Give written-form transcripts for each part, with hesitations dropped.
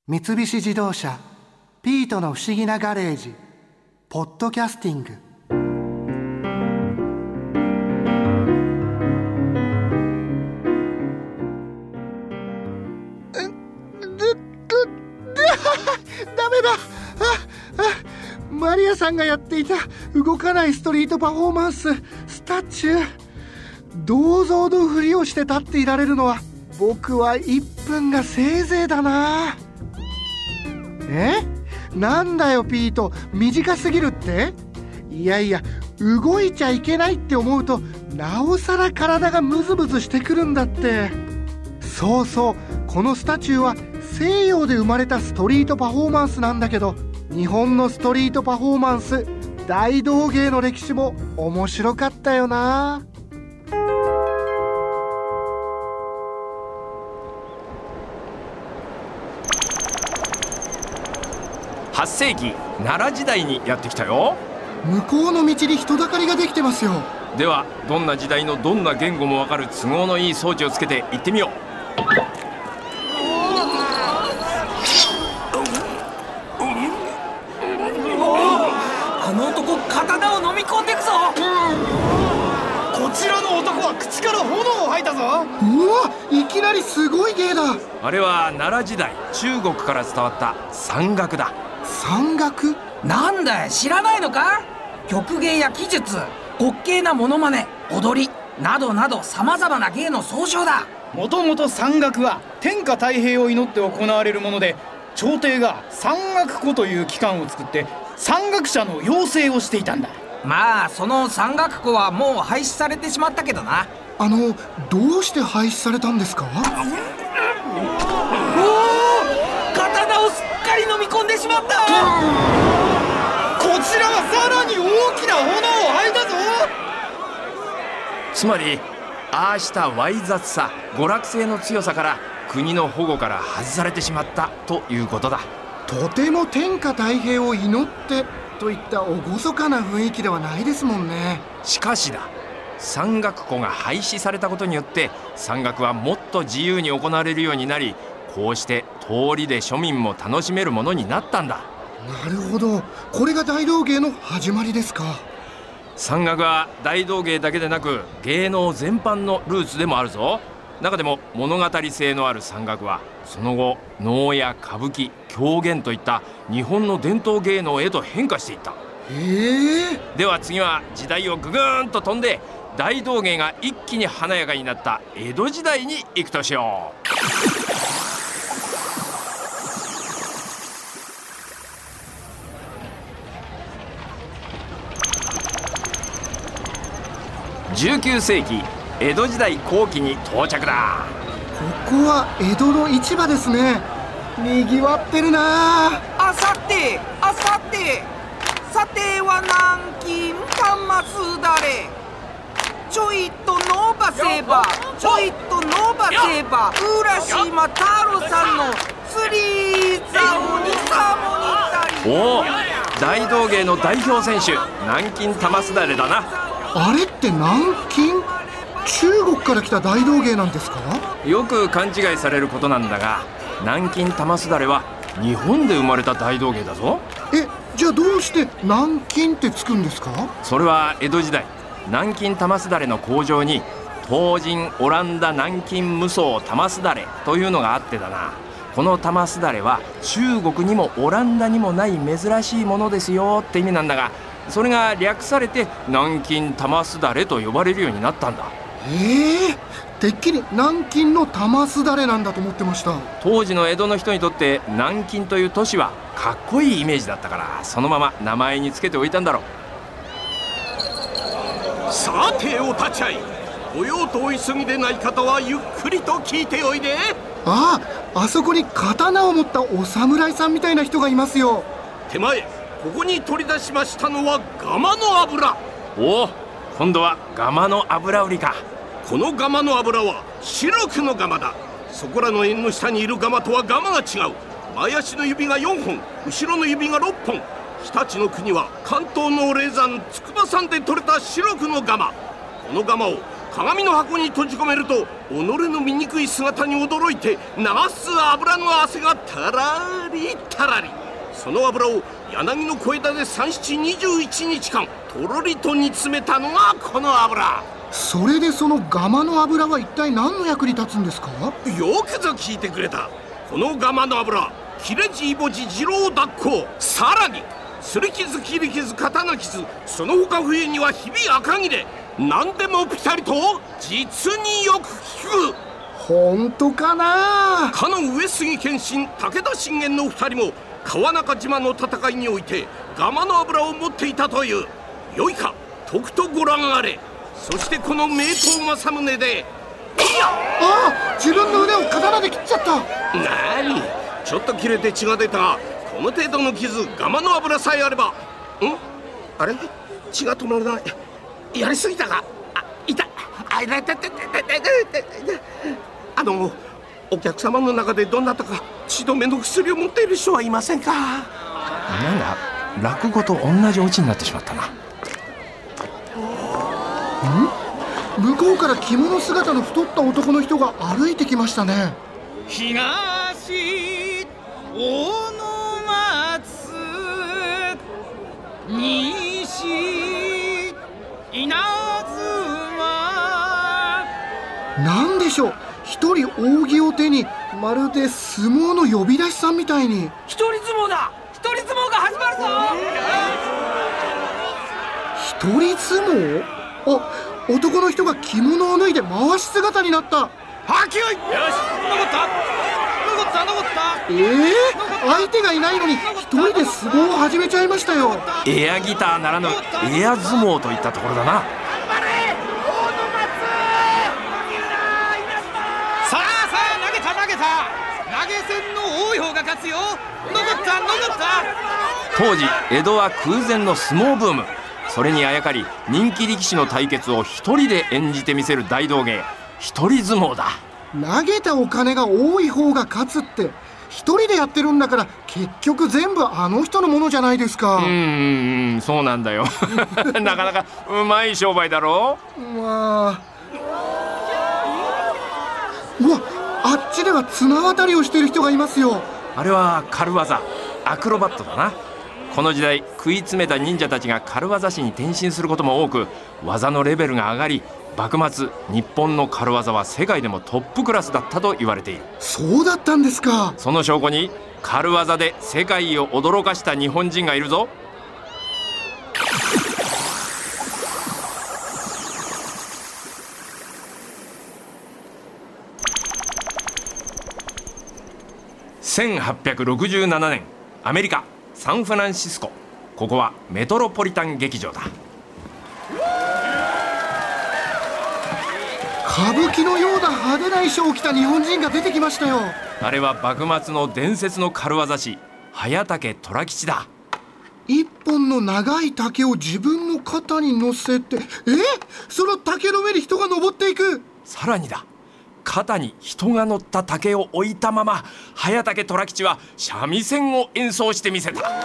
三菱自動車ピートの不思議なガレージポッドキャスティング。ダメだ。マリアさんがやっていた動かないストリートパフォーマンス、スタチュー。銅像のふりをして立っていられるのは僕は1分がせいぜいだな。なんだよピート、短すぎるって？いやいや、動いちゃいけないって思うとなおさら体がムズムズしてくるんだって。そうそう、このスタチューは西洋で生まれたストリートパフォーマンスなんだけど、日本のストリートパフォーマンス、大道芸の歴史も面白かったよな。 8世紀奈良時代にやってきたよ。 向こうの道に人だかりができてますよ。 ではどんな時代のどんな言語もわかる都合のいい装置をつけて行ってみよう。 あの男、刀を飲み込んでいくぞ。 こちらの男は口から炎を吐いたぞ。 うわ、いきなりすごい芸だ。 あれは奈良時代中国から伝わった山岳だ。 山岳？ なんだよ、知らないのか？曲芸や奇術、滑稽なモノマネ、踊りなどなど様々な芸の総称だ。 もともと山岳は天下太平を祈って行われるもので、朝廷が山岳庫という機関を作って山岳者の養成をしていたんだ。 まあその山岳庫はもう廃止されてしまったけどな。 どうして廃止されたんですか？ 刀をすっかり飲み込んでしまった。 こちらはさらに大きな炎を吐いたぞ。 つまりああしたわい雑さ、娯楽性の強さから国の保護から外されてしまったということだ。 とても天下太平を祈ってといった厳かな雰囲気ではないですもんね。 しかしだ、山岳庫が廃止されたことによって山岳はもっと自由に行われるようになり、こうして通りで庶民も楽しめるものになったんだ。 なるほど、これが大道芸の始まりですか。 山岳は大道芸だけでなく芸能全般のルーツでもあるぞ。中でも物語性のある山岳はその後能や歌舞伎、狂言といった日本の伝統芸能へと変化していった。では次は時代をぐぐーんと飛んで大道芸が一気に華やかになった江戸時代に行くとしよう。19世紀江戸時代後期に到着だ。 ここは江戸の市場ですね。にぎわってるな。 さては南京玉すだれ。ちょいと伸ばせば浦島太郎さんの釣り竿にサモにたり。 おお、大道芸の代表選手、南京玉すだれだな。 あれって南京？中国から来た大道芸なんですか？ よく勘違いされることなんだが、南京玉すだれは日本で生まれた大道芸だぞ。 じゃあどうして南京ってつくんですか？ それは江戸時代、南京玉すだれの工場に東人オランダ南京無双玉すだれというのがあってだな。この玉すだれは中国にもオランダにもない珍しいものですよって意味なんだが、それが略されて南京玉すだれと呼ばれるようになったんだ。 てっきり南京の玉すだれなんだと思ってました。 当時の江戸の人にとって南京という都市はかっこいいイメージだったから、そのまま名前につけておいたんだろう。 さてお立ち会い、ご用とお急ぎでない方はゆっくりと聞いておいで。 あそこに刀を持ったお侍さんみたいな人がいますよ。 手前、ここに取り出しましたのはガマの油。 おお、今度はガマの油売りか。 このガマの油は白くのガマだ。そこらの縁の下にいるガマとはガマが違う。前足の指が4本、後ろの指が6本。日立の国は関東の霊山筑波山で採れた白くのガマ。このガマを鏡の箱に閉じ込めると己の醜い姿に驚いて流す油の汗がたらりたらり。その油を柳の小枝で3、7、21日間とろりと煮詰めたのがこの油。 それでそのガマの油は一体何の役に立つんですか？ よくぞ聞いてくれた。このガマの油、切れ字イボジ二郎脱行、さらに擦り傷切り傷刀傷、その他冬にはひび赤切れ、何でもピタリと実によく効く。 本当かな？ かの上杉謙信、武田信玄の2人も川中島の戦いにおいてガマの油を持っていたという。よいか、とくとご覧あれ。そしてこの名刀政宗で、いや、 ああ、自分の腕を刀で切っちゃった。 なに、ちょっと切れて血が出たが、この程度の傷、ガマの油さえあれば。あれ、血が止まらない。やりすぎたか。痛い。お客様の中でどなたか血止めの薬を持っている人はいませんか？ なんだ、落語と同じオチになってしまったな。 向こうから着物姿の太った男の人が歩いてきましたね。 東大野松、西稲妻。 なんでしょう、一人扇を手に、まるで相撲の呼び出しさんみたいに。 一人相撲だ。一人相撲が始まるぞ。 一人相撲？男の人が着物を脱いで回し姿になった。 はきよい。よし、残った相手がいないのに一人で相撲を始めちゃいましたよ。 エアギターならぬエア相撲といったところだな。 さあ投げた。投げ銭の多い方が勝つよ。残った。 当時江戸は空前の相撲ブーム。それにあやかり人気力士の対決を一人で演じてみせる大道芸、一人相撲だ。 投げたお金が多い方が勝つって、一人でやってるんだから結局全部あの人のものじゃないですか。 そうなんだよなかなかうまい商売だろう。 うわ、あっちでは綱渡りをしている人がいますよ。 あれは軽技、アクロバットだな。この時代食い詰めた忍者たちが軽業師に転身することも多く、技のレベルが上がり、幕末日本の軽業は世界でもトップクラスだったと言われている。 そうだったんですか。 その証拠に軽業で世界を驚かした日本人がいるぞ。1867年アメリカサンフランシスコ、ここはメトロポリタン劇場だ。 歌舞伎のような派手な衣装を着た日本人が出てきましたよ。 あれは幕末の伝説の軽業師、早竹虎吉だ。 一本の長い竹を自分の肩に乗せて、その竹の上に人が登っていく。 さらにだ、肩に人が乗った竹を置いたまま早竹虎吉は三味線を演奏してみせた。 なん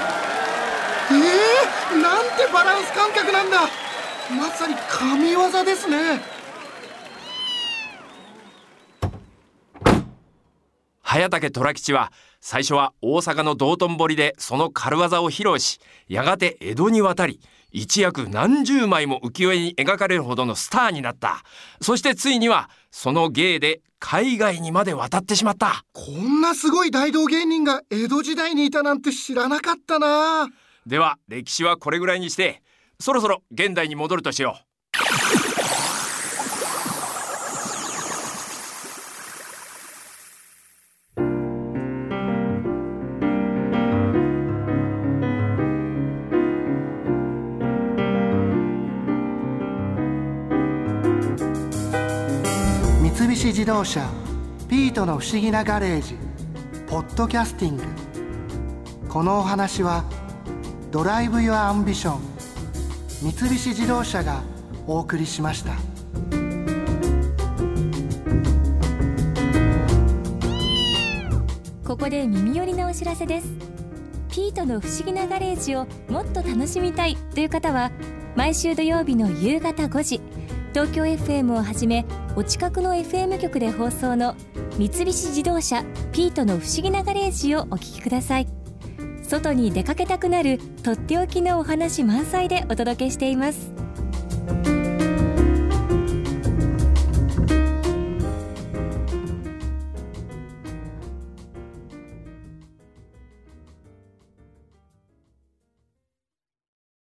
てバランス感覚なんだ。まさに神業ですね。 早竹虎吉は最初は大阪の道頓堀でその軽業を披露し、やがて江戸に渡り、一躍何十枚も浮世絵に描かれるほどのスターになった。そしてついにはその芸で海外にまで渡ってしまった。 こんなすごい大道芸人が江戸時代にいたなんて知らなかったな。 では歴史はこれぐらいにして、そろそろ現代に戻るとしよう。 三菱自動車ピートの不思議なガレージポッドキャスティング。このお話はドライブ・ユア・アンビション三菱自動車がお送りしました。 ここで耳寄りなお知らせです。ピートの不思議なガレージをもっと楽しみたいという方は、毎週土曜日の夕方5時東京 FM をはじめお近くの FM 局で放送の三菱自動車ピートの不思議なガレージをお聞きください。外に出かけたくなるとっておきのお話満載でお届けしています。